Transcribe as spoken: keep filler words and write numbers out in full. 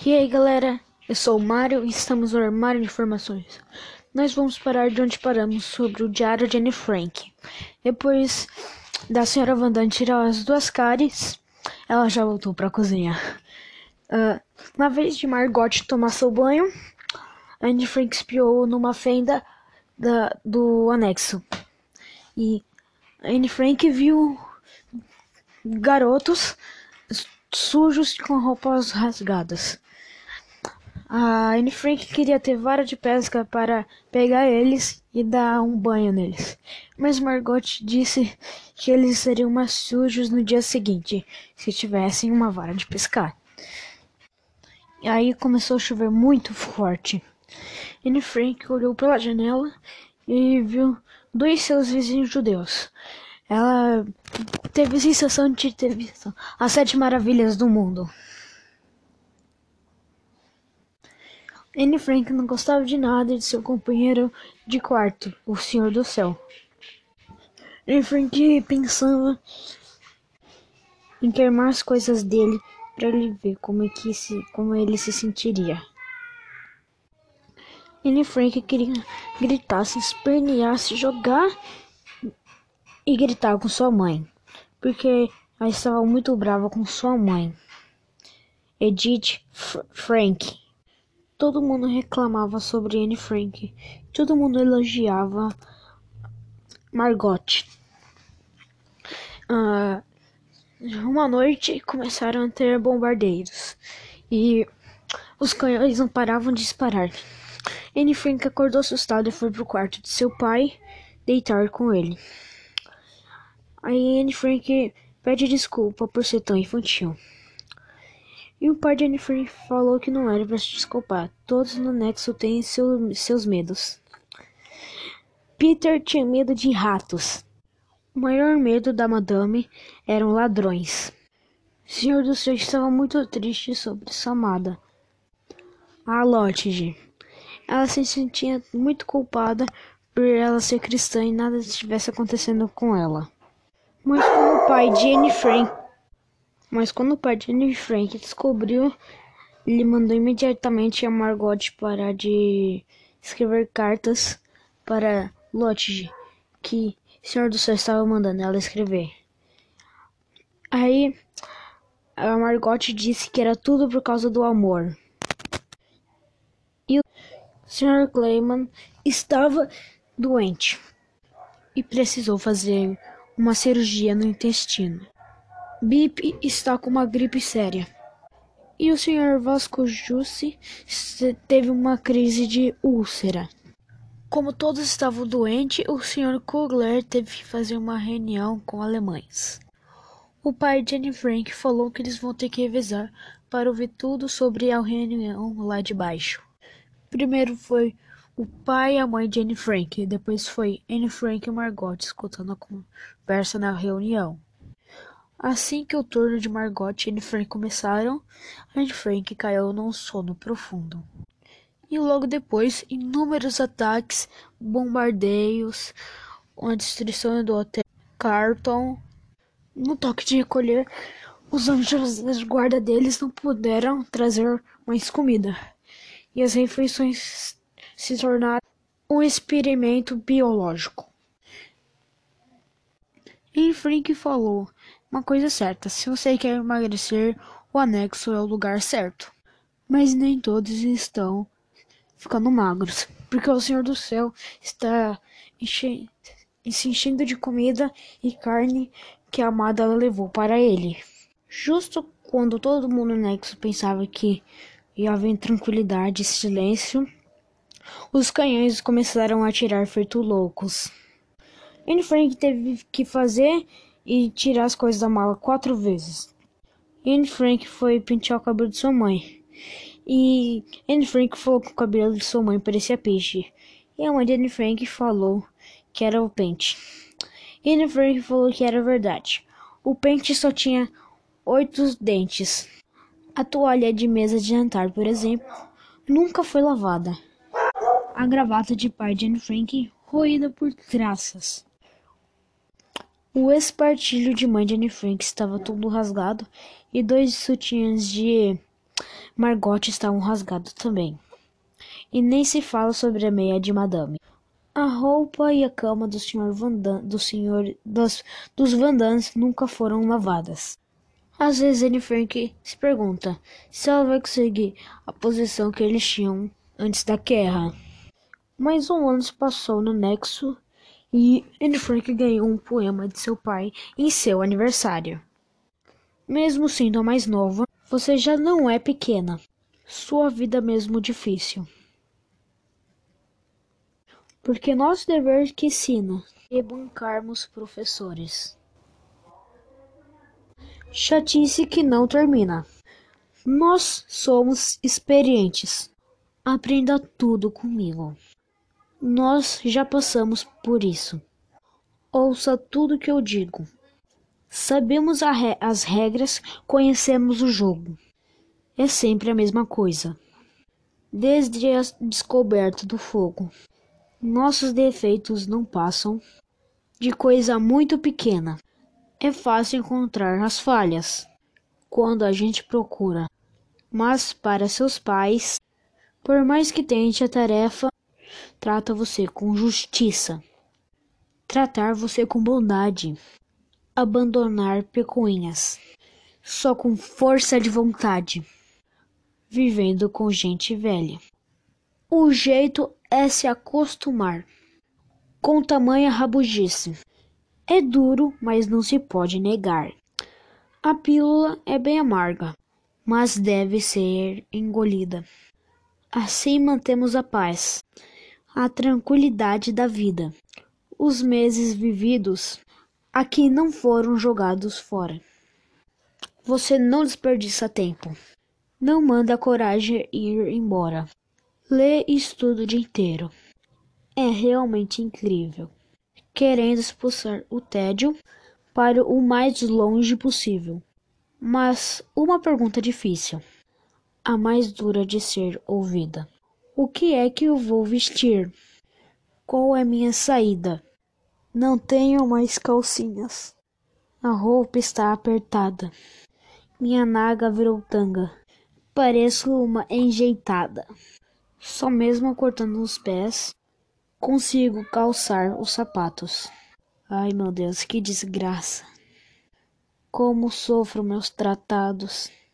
E aí galera, eu sou o Mário e estamos no Armário de Informações. Nós vamos parar de onde paramos sobre o diário de Anne Frank. Depois da senhora Van Damme tirar as duas cáries, ela já voltou para a cozinha. Uh, na vez de Margot tomar seu banho, Anne Frank espiou numa fenda da, do anexo. E Anne Frank viu garotos sujos com roupas rasgadas. A Anne Frank queria ter vara de pesca para pegar eles e dar um banho neles, mas Margot disse que eles seriam mais sujos no dia seguinte, se tivessem uma vara de pescar. E aí começou a chover muito forte. Anne Frank olhou pela janela e viu dois seus vizinhos judeus. Ela teve a sensação de ter visto as sete maravilhas do mundo. Anne Frank não gostava de nada de seu companheiro de quarto, o Senhor do Céu. Anne Frank pensava em queimar as coisas dele para ele ver como, é que se, como ele se sentiria. Anne Frank queria gritar, se espernear, se jogar e gritar com sua mãe, porque ela estava muito brava com sua mãe, Edith Frank. Todo mundo reclamava sobre Anne Frank. Todo mundo elogiava Margot. Uh, uma noite começaram a ter bombardeios e os canhões não paravam de disparar. Anne Frank acordou assustada e foi pro quarto de seu pai deitar com ele. Aí Anne Frank pede desculpa por ser tão infantil. E o pai de Anne Frank falou que não era para se desculpar. Todos no Nexo têm seu, seus medos. Peter tinha medo de ratos. O maior medo da Madame eram ladrões. O Senhor do Céu estava muito triste sobre sua amada, a Lottie. Ela se sentia muito culpada por ela ser cristã e nada estivesse acontecendo com ela. Mas quando o pai de Anne Frank Mas quando o pai de Anne Frank descobriu, ele mandou imediatamente a Margot parar de escrever cartas para Lottie, que o Senhor do Céu estava mandando ela escrever. Aí a Margot disse que era tudo por causa do amor. E o senhor Clayman estava doente e precisou fazer uma cirurgia no intestino. Bip está com uma gripe séria. E o senhor Vasco Jussi teve uma crise de úlcera. Como todos estavam doentes, o senhor Kugler teve que fazer uma reunião com alemães. O pai de Anne Frank falou que eles vão ter que revezar para ouvir tudo sobre a reunião lá de baixo. Primeiro foi o pai e a mãe de Anne Frank, depois foi Anne Frank e Margot escutando a conversa na reunião. Assim que o turno de Margot e Anne Frank começaram, Anne Frank caiu num sono profundo. E logo depois, inúmeros ataques, bombardeios, a destruição do hotel Carlton. No toque de recolher, os anjos de guarda deles não puderam trazer mais comida. E as refeições se tornaram um experimento biológico. Anne Frank falou uma coisa certa: se você quer emagrecer, o anexo é o lugar certo. Mas nem todos estão ficando magros, porque o Senhor do Céu está enche... se enchendo de comida e carne que a amada levou para ele. Justo quando todo mundo no anexo pensava que ia haver tranquilidade e silêncio, os canhões começaram a atirar feito loucos. Anne Frank teve que fazer e tirar as coisas da mala quatro vezes. Anne Frank foi pentear o cabelo de sua mãe. E Anne Frank falou que o cabelo de sua mãe parecia peixe. E a mãe de Anne Frank falou que era o pente. Anne Frank falou que era verdade. O pente só tinha oito dentes. A toalha de mesa de jantar, por exemplo, nunca foi lavada. A gravata de pai de Anne Frank roída por traças. O espartilho de mãe de Anne Frank estava todo rasgado e dois sutiãs de Margot estavam rasgados também. E nem se fala sobre a meia de Madame. A roupa e a cama do senhor Van Damme, do senhor dos, dos Van Dams nunca foram lavadas. Às vezes Anne Frank se pergunta se ela vai conseguir a posição que eles tinham antes da guerra. Mas um ano se passou no Nexo e Anne Frank ganhou um poema de seu pai em seu aniversário. Mesmo sendo a mais nova, você já não é pequena. Sua vida mesmo difícil. Porque nosso dever que ensina e bancarmos professores. Chatice que não termina. Nós somos experientes. Aprenda tudo comigo. Nós já passamos por isso. Ouça tudo que eu digo. Sabemos re- as regras, conhecemos o jogo. É sempre a mesma coisa. Desde a descoberta do fogo, nossos defeitos não passam de coisa muito pequena. É fácil encontrar as falhas quando a gente procura. Mas para seus pais, por mais que tente a tarefa, trata você com justiça. Tratar você com bondade. Abandonar pecuinhas. Só com força de vontade. Vivendo com gente velha. O jeito é se acostumar com tamanha rabugice. É duro, mas não se pode negar. A pílula é bem amarga, mas deve ser engolida. Assim mantemos a paz, a tranquilidade da vida. Os meses vividos aqui não foram jogados fora. Você não desperdiça tempo. Não manda a coragem ir embora. Lê e estuda o dia inteiro. É realmente incrível. Querendo expulsar o tédio para o mais longe possível. Mas uma pergunta difícil, a mais dura de ser ouvida. O que é que eu vou vestir? Qual é minha saída? Não tenho mais calcinhas. A roupa está apertada. Minha naga virou tanga. Pareço uma enjeitada. Só mesmo cortando os pés consigo calçar os sapatos. Ai, meu Deus, que desgraça. Como sofro meus tratados.